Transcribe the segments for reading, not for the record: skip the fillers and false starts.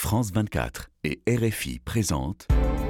France 24 et RFI présentent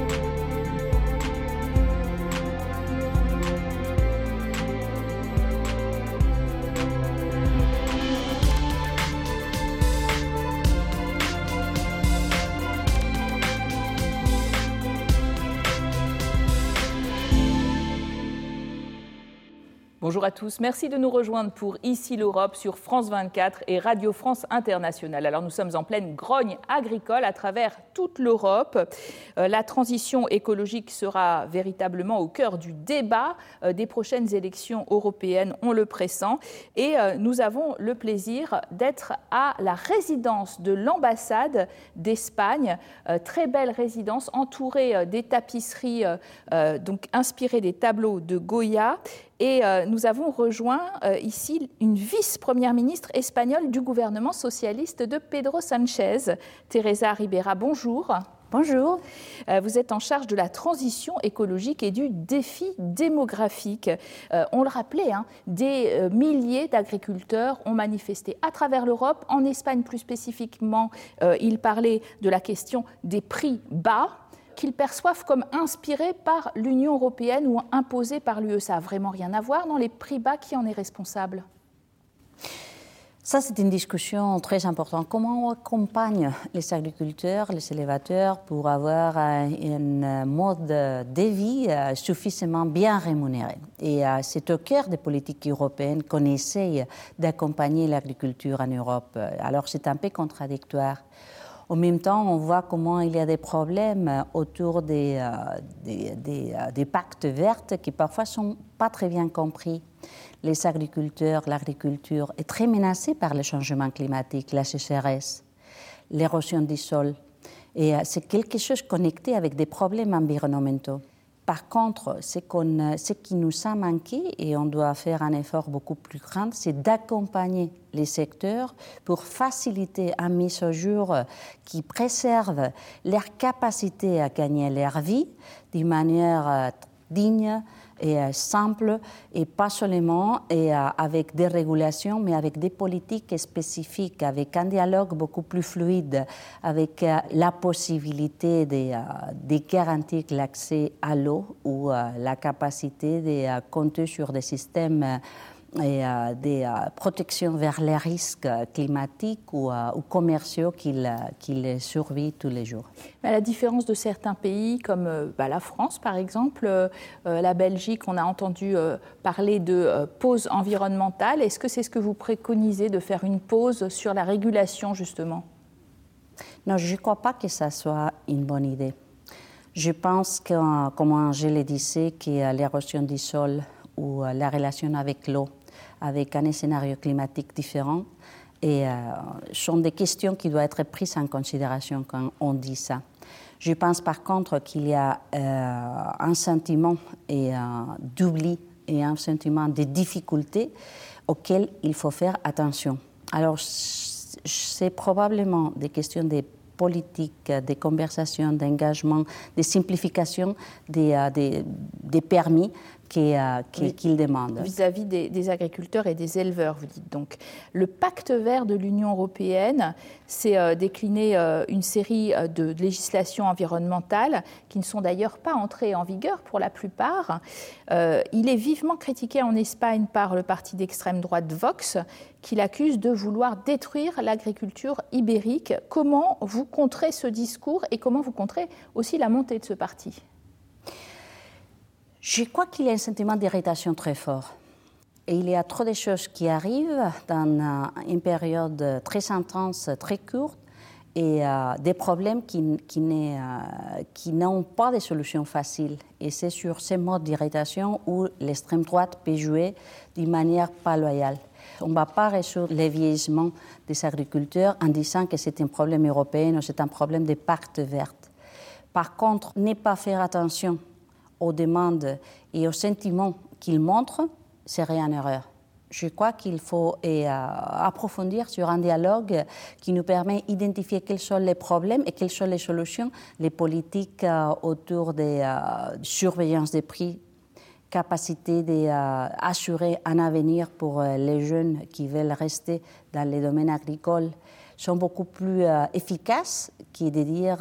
Bonjour à tous, merci de nous rejoindre pour Ici l'Europe sur France 24 et Radio France Internationale. Alors nous sommes en pleine grogne agricole à travers toute l'Europe. La transition écologique sera véritablement au cœur du débat des prochaines élections européennes, on le pressent. Et nous avons le plaisir d'être à la résidence de l'ambassade d'Espagne. Très belle résidence entourée des tapisseries donc inspirées des tableaux de Goya. Et nous avons rejoint ici une vice-première ministre espagnole du gouvernement socialiste de Pedro Sánchez, Teresa Ribera. Bonjour. Bonjour. Vous êtes en charge de la transition écologique et du défi démographique. On le rappelait, des milliers d'agriculteurs ont manifesté à travers l'Europe. En Espagne, plus spécifiquement, ils parlaient de la question des prix bas, qu'ils perçoivent comme inspirés par l'Union européenne ou imposés par l'UE. Ça n'a vraiment rien à voir dans les prix bas. Qui en est responsable ? Ça, c'est une discussion très importante. Comment on accompagne les agriculteurs, les élevateurs pour avoir un mode de vie suffisamment bien rémunéré. Et c'est au cœur des politiques européennes qu'on essaye d'accompagner l'agriculture en Europe. Alors, c'est un peu contradictoire. En même temps, on voit comment il y a des problèmes autour des pactes verts qui parfois ne sont pas très bien compris. Les agriculteurs, l'agriculture est très menacée par le changement climatique, la sécheresse, l'érosion du sol. Et c'est quelque chose connecté avec des problèmes environnementaux. Par contre, ce qui nous a manqué, et on doit faire un effort beaucoup plus grand, c'est d'accompagner les secteurs pour faciliter une mise au jour qui préserve leur capacité à gagner leur vie d'une manière digne et simple, et pas seulement avec des régulations, mais avec des politiques spécifiques, avec un dialogue beaucoup plus fluide, avec la possibilité de garantir l'accès à l'eau ou la capacité de compter sur des systèmes et des protections vers les risques climatiques ou commerciaux qu'ils survivent tous les jours. À la différence de certains pays comme la France, par exemple, la Belgique, on a entendu parler de pause environnementale. Est-ce que c'est ce que vous préconisez, de faire une pause sur la régulation, justement ? Non, je ne crois pas que ça soit une bonne idée. Je pense que, comme Angèle disait, que l'érosion du sol ou la relation avec l'eau, avec un scénario climatique différent, et sont des questions qui doivent être prises en considération quand on dit ça. Je pense par contre qu'il y a un sentiment d'oubli et un sentiment de difficulté auquel il faut faire attention. Alors, c'est probablement des questions de politique, des conversations, d'engagement, de simplification des permis qu'ils demandent. Vis-à-vis des agriculteurs et des éleveurs, vous dites donc. Le pacte vert de l'Union européenne, c'est décliner une série de législations environnementales qui ne sont d'ailleurs pas entrées en vigueur pour la plupart. Il est vivement critiqué en Espagne par le parti d'extrême droite Vox, qui l'accuse de vouloir détruire l'agriculture ibérique. Comment vous contrez ce discours et comment vous contrez aussi la montée de ce parti ? Je crois qu'il y a un sentiment d'irritation très fort. Et il y a trop de choses qui arrivent dans une période très intense, très courte, et des problèmes qui n'ont pas de solution facile. Et c'est sur ces modes d'irritation où l'extrême droite peut jouer d'une manière pas loyale. On ne va pas résoudre le vieillissement des agriculteurs en disant que c'est un problème européen ou c'est un problème des pactes verts. Par contre, ne pas faire attention aux demandes et aux sentiments qu'ils montrent serait une erreur. Je crois qu'il faut approfondir sur un dialogue qui nous permet d'identifier quels sont les problèmes et quelles sont les solutions, les politiques autour des surveillance des prix, capacité d'assurer un avenir pour les jeunes qui veulent rester dans les domaines agricoles, sont beaucoup plus efficaces que de dire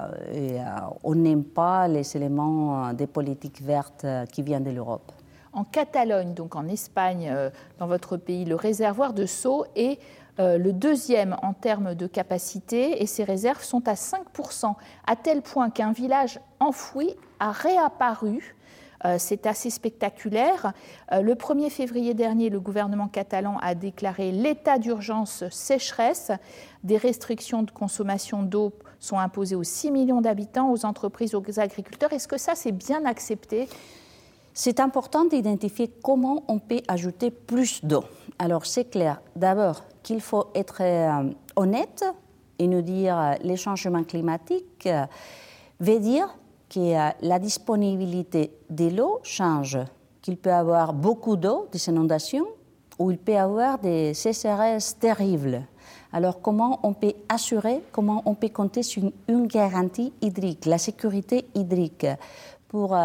on n'aime pas les éléments des politiques vertes qui viennent de l'Europe. En Catalogne, donc en Espagne, dans votre pays, le réservoir de Sceaux est le deuxième en termes de capacité et ses réserves sont à 5%, à tel point qu'un village enfoui a réapparu. C'est assez spectaculaire. Le 1er février dernier, le gouvernement catalan a déclaré l'état d'urgence sécheresse. Des restrictions de consommation d'eau sont imposées aux 6 millions d'habitants, aux entreprises, aux agriculteurs. Est-ce que ça, c'est bien accepté ? C'est important d'identifier comment on peut ajouter plus d'eau. Alors, c'est clair, d'abord, qu'il faut être honnête et nous dire les changements climatiques veut dire que la disponibilité de l'eau change, qu'il peut y avoir beaucoup d'eau, des inondations, ou il peut y avoir des sécheresses terribles. Alors, comment on peut assurer, comment on peut compter sur une garantie hydrique, la sécurité hydrique pour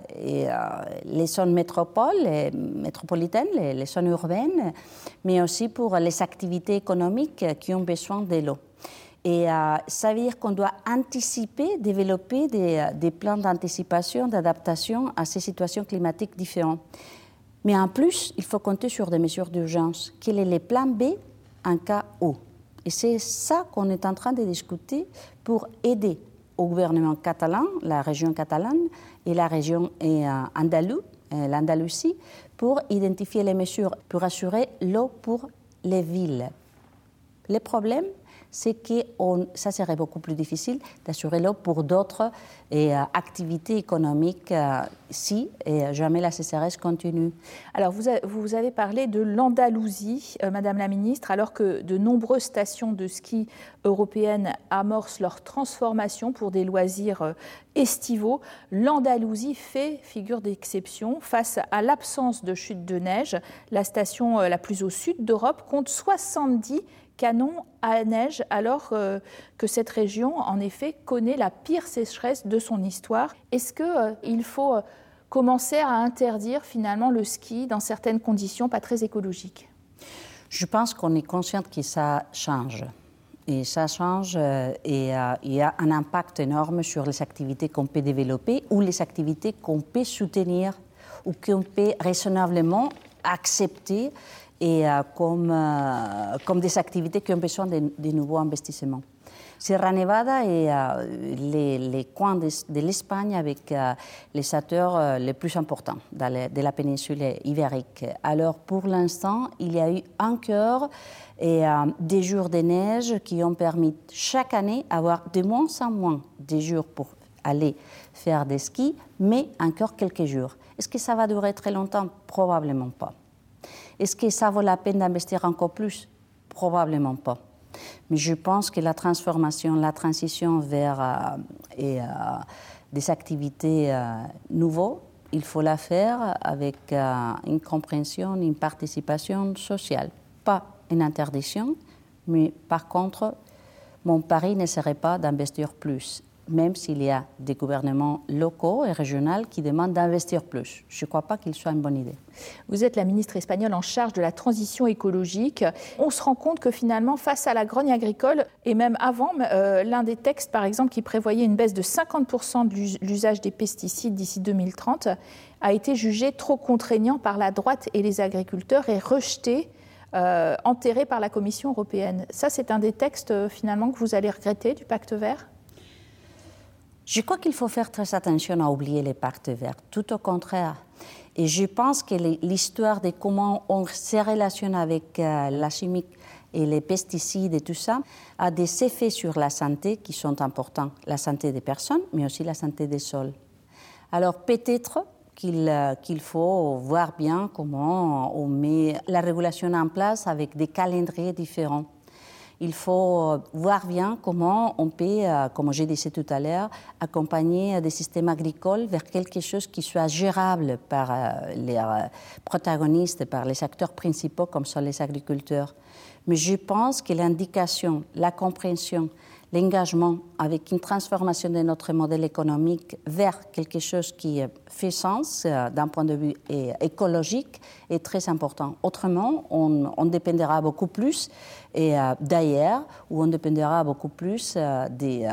les zones métropolitaines, les zones urbaines, mais aussi pour les activités économiques qui ont besoin de l'eau. Et ça veut dire qu'on doit anticiper, développer des plans d'anticipation, d'adaptation à ces situations climatiques différentes. Mais en plus, il faut compter sur des mesures d'urgence. Quel est le plan B en cas où? Et c'est ça qu'on est en train de discuter pour aider au gouvernement catalan, la région catalane et la région l'Andalousie, pour identifier les mesures pour assurer l'eau pour les villes. Le problème, c'est que ça serait beaucoup plus difficile d'assurer l'eau pour d'autres activités économiques si jamais la sécheresse continue. Alors, vous avez parlé de l'Andalousie, Madame la Ministre, alors que de nombreuses stations de ski européennes amorcent leur transformation pour des loisirs estivaux. L'Andalousie fait figure d'exception face à l'absence de chute de neige. La station la plus au sud d'Europe compte 70 canons à neige, alors que cette région, en effet, connaît la pire sécheresse de son histoire. Est-ce qu'il faut commencer à interdire finalement le ski dans certaines conditions pas très écologiques? Je pense qu'on est conscient que ça change. Et ça change et il y a un impact énorme sur les activités qu'on peut développer ou les activités qu'on peut soutenir ou qu'on peut raisonnablement accepter et comme des activités qui ont besoin de nouveaux investissements. Sierra Nevada est les coins de l'Espagne avec les secteurs les plus importants de la péninsule ibérique. Alors pour l'instant, il y a eu encore des jours de neige qui ont permis chaque année d'avoir de moins en moins de jours pour aller faire des skis, mais encore quelques jours. Est-ce que ça va durer très longtemps? Probablement pas. Est-ce que ça vaut la peine d'investir encore plus? Probablement pas. Mais je pense que la transition vers des activités nouvelles, il faut la faire avec une compréhension, une participation sociale. Pas une interdiction, mais par contre, mon pari ne serait pas d'investir plus, même s'il y a des gouvernements locaux et régionaux qui demandent d'investir plus. Je ne crois pas qu'il soit une bonne idée. Vous êtes la ministre espagnole en charge de la transition écologique. On se rend compte que finalement, face à la grogne agricole, et même avant, l'un des textes, par exemple, qui prévoyait une baisse de 50% de l'usage des pesticides d'ici 2030, a été jugé trop contraignant par la droite et les agriculteurs et rejeté, enterré par la Commission européenne. Ça, c'est un des textes, finalement, que vous allez regretter du Pacte vert ? Je crois qu'il faut faire très attention à oublier les pactes verts, tout au contraire. Et je pense que l'histoire de comment on se relationne avec la chimie et les pesticides et tout ça a des effets sur la santé qui sont importants, la santé des personnes, mais aussi la santé des sols. Alors peut-être qu'il faut voir bien comment on met la régulation en place avec des calendriers différents. Il faut voir bien comment on peut, comme je disais tout à l'heure, accompagner des systèmes agricoles vers quelque chose qui soit gérable par les protagonistes, par les acteurs principaux comme sont les agriculteurs. Mais je pense que l'indication, la compréhension, l'engagement avec une transformation de notre modèle économique vers quelque chose qui fait sens d'un point de vue écologique est très important. Autrement, on dépendra beaucoup plus d'ailleurs, ou on dépendra beaucoup plus des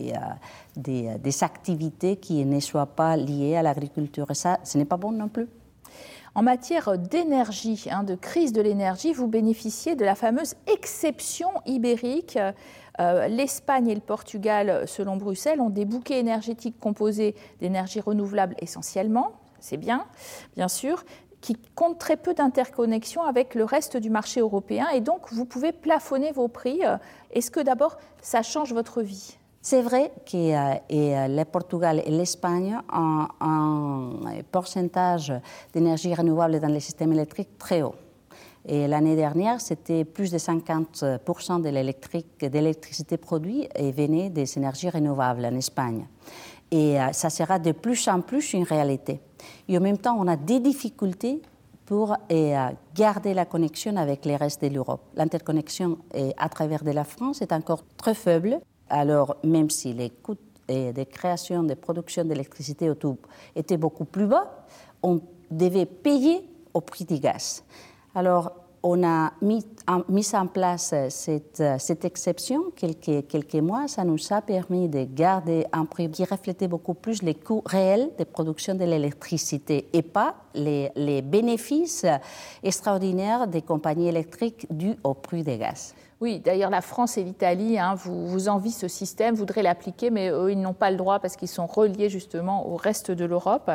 activités qui ne soient pas liées à l'agriculture. Et ça, ce n'est pas bon non plus. En matière d'énergie, de crise de l'énergie, vous bénéficiez de la fameuse exception ibérique. L'Espagne et le Portugal, selon Bruxelles, ont des bouquets énergétiques composés d'énergie renouvelable essentiellement, c'est bien sûr, qui comptent très peu d'interconnexion avec le reste du marché européen et donc vous pouvez plafonner vos prix. Est-ce que d'abord ça change votre vie ? C'est vrai que le Portugal et l'Espagne ont un pourcentage d'énergie renouvelable dans les systèmes électriques très haut. Et l'année dernière, c'était plus de 50% de l'électricité produite et venait des énergies renouvelables en Espagne. Et ça sera de plus en plus une réalité. Et en même temps, on a des difficultés pour garder la connexion avec le reste de l'Europe. L'interconnexion à travers de la France est encore très faible. Alors, même si les coûts de création, de production d'électricité au tube étaient beaucoup plus bas, on devait payer au prix du gaz. Alors, on a mis en place cette exception quelques mois. Ça nous a permis de garder un prix qui reflétait beaucoup plus les coûts réels de production de l'électricité et pas les bénéfices extraordinaires des compagnies électriques dus au prix des gaz. Oui, d'ailleurs, la France et l'Italie vous envient ce système, voudraient l'appliquer, mais eux, ils n'ont pas le droit parce qu'ils sont reliés justement au reste de l'Europe.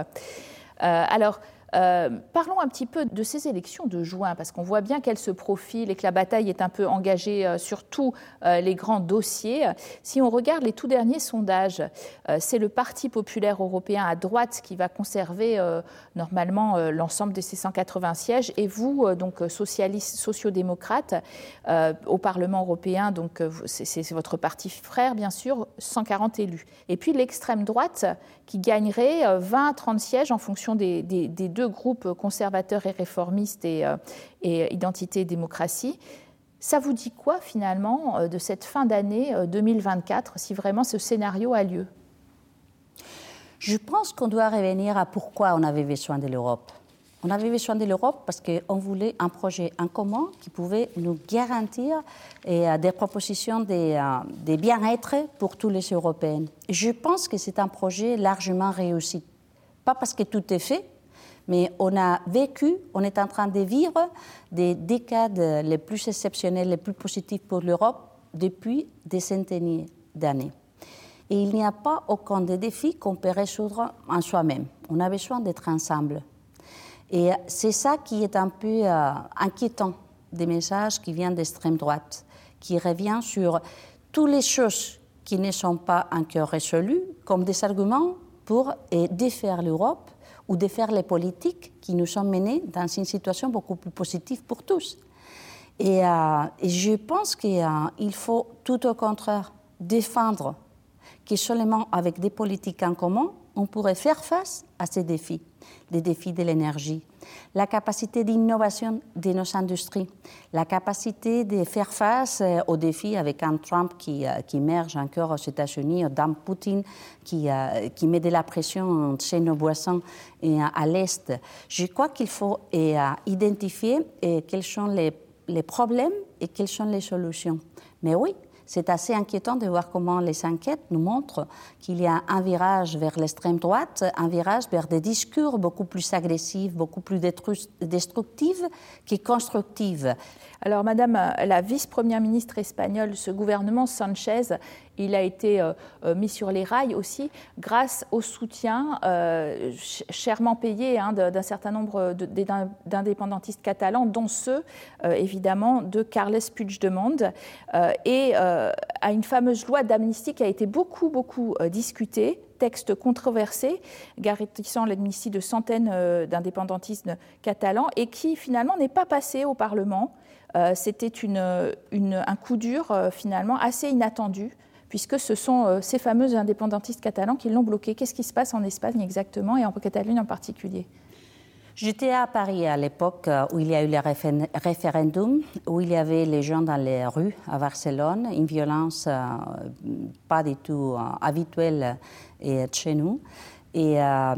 Parlons un petit peu de ces élections de juin, parce qu'on voit bien qu'elles se profilent et que la bataille est un peu engagée sur tous les grands dossiers. Si on regarde les tout derniers sondages, c'est le Parti populaire européen à droite qui va conserver normalement l'ensemble de ses 180 sièges, et vous, donc socialistes, sociodémocrates, au Parlement européen, donc c'est votre parti frère, bien sûr, 140 élus. Et puis l'extrême droite qui gagnerait 20 à 30 sièges en fonction des deux groupes conservateurs et réformistes et Identité et démocratie. Ça vous dit quoi finalement de cette fin d'année 2024, si vraiment ce scénario a lieu ? Je pense qu'on doit revenir à pourquoi on avait besoin de l'Europe. On avait besoin de l'Europe parce qu'on voulait un projet en commun qui pouvait nous garantir des propositions de bien-être pour tous les Européens. Et je pense que c'est un projet largement réussi. Pas parce que tout est fait, mais on est en train de vivre des décades les plus exceptionnelles, les plus positives pour l'Europe depuis des centaines d'années. Et il n'y a pas aucun des défis qu'on peut résoudre en soi-même. On a besoin d'être ensemble. Et c'est ça qui est un peu inquiétant des messages qui viennent d'extrême droite, qui revient sur toutes les choses qui ne sont pas encore résolues comme des arguments pour défaire l'Europe ou défaire les politiques qui nous sont menées dans une situation beaucoup plus positive pour tous. Et je pense qu'il faut tout au contraire défendre que seulement avec des politiques en commun, on pourrait faire face à ces défis, les défis de l'énergie, la capacité d'innovation de nos industries, la capacité de faire face aux défis avec un Trump qui émerge encore aux États-Unis, d'un Poutine qui met de la pression chez nos voisins à l'Est. Je crois qu'il faut identifier quels sont les problèmes et quelles sont les solutions. Mais oui, c'est assez inquiétant de voir comment les enquêtes nous montrent qu'il y a un virage vers l'extrême droite, un virage vers des discours beaucoup plus agressifs, beaucoup plus destructifs que constructifs. Alors, Madame la vice-première ministre espagnole, ce gouvernement Sanchez, il a été mis sur les rails aussi grâce au soutien chèrement payé d'un certain nombre d'indépendantistes catalans, dont ceux, évidemment, de Carles Puigdemont, et à une fameuse loi d'amnistie qui a été beaucoup discutée, texte controversé, garantissant l'amnistie de centaines d'indépendantistes catalans et qui, finalement, n'est pas passé au Parlement. C'était un coup dur, finalement, assez inattendu, puisque ce sont ces fameux indépendantistes catalans qui l'ont bloqué. Qu'est-ce qui se passe en Espagne exactement, et en Catalogne en particulier ? J'étais à Paris à l'époque où il y a eu le référendum, où il y avait les gens dans les rues à Barcelone, une violence pas du tout habituelle chez nous. Et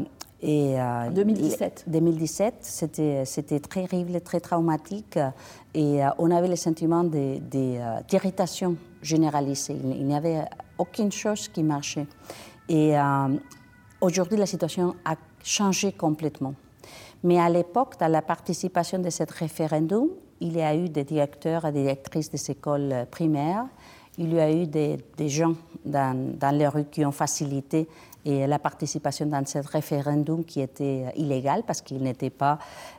2017. 2017, c'était très terrible, très traumatique, et on avait le sentiment d'irritation généralisée. Il n'y avait aucune chose qui marchait. Et aujourd'hui, la situation a changé complètement. Mais à l'époque, dans la participation de ce référendum, il y a eu des directeurs et des directrices des écoles primaires, il y a eu des gens dans les rues qui ont facilité la participation dans ce référendum qui était illégal parce qu'il n'était pas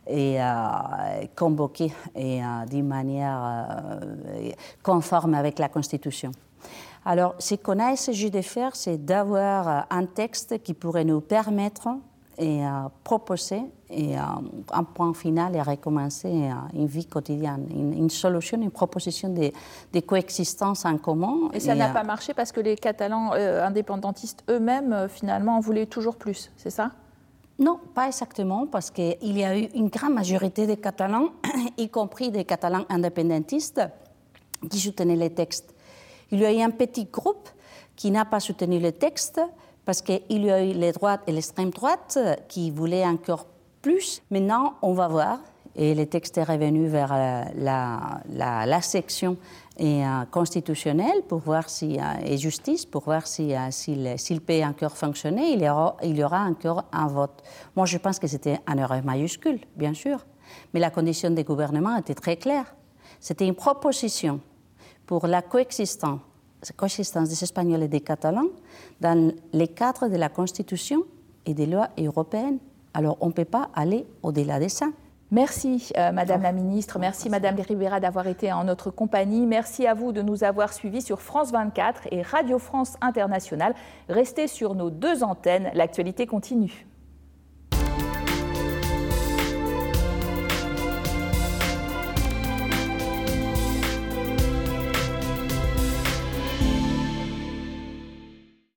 convoqué d'une manière conforme avec la Constitution. Alors, ce qu'on a essayé de faire, c'est d'avoir un texte qui pourrait nous permettre et proposer un point final et recommencer une vie quotidienne, une solution, une proposition de coexistence en commun. Et ça n'a pas marché parce que les Catalans indépendantistes eux-mêmes, finalement, en voulaient toujours plus, c'est ça ? Non, pas exactement, parce qu'il y a eu une grande majorité de Catalans, y compris des Catalans indépendantistes, qui soutenaient les textes. Il y a eu un petit groupe qui n'a pas soutenu le texte, parce qu'il y a eu les droites et l'extrême droite qui voulaient encore plus. Maintenant, on va voir, et le texte est revenu vers la section constitutionnelle pour voir et justice, pour voir s'il peut encore fonctionner. Il y aura encore un vote. Moi, je pense que c'était une erreur majuscule, bien sûr, mais la condition du gouvernement était très claire. C'était une proposition pour la coexistence des Espagnols et des Catalans dans les cadres de la Constitution et des lois européennes. Alors, on ne peut pas aller au-delà de ça. Merci, Madame la Ministre. Merci, Madame de Ribera, d'avoir été en notre compagnie. Merci à vous de nous avoir suivis sur France 24 et Radio France Internationale. Restez sur nos deux antennes. L'actualité continue.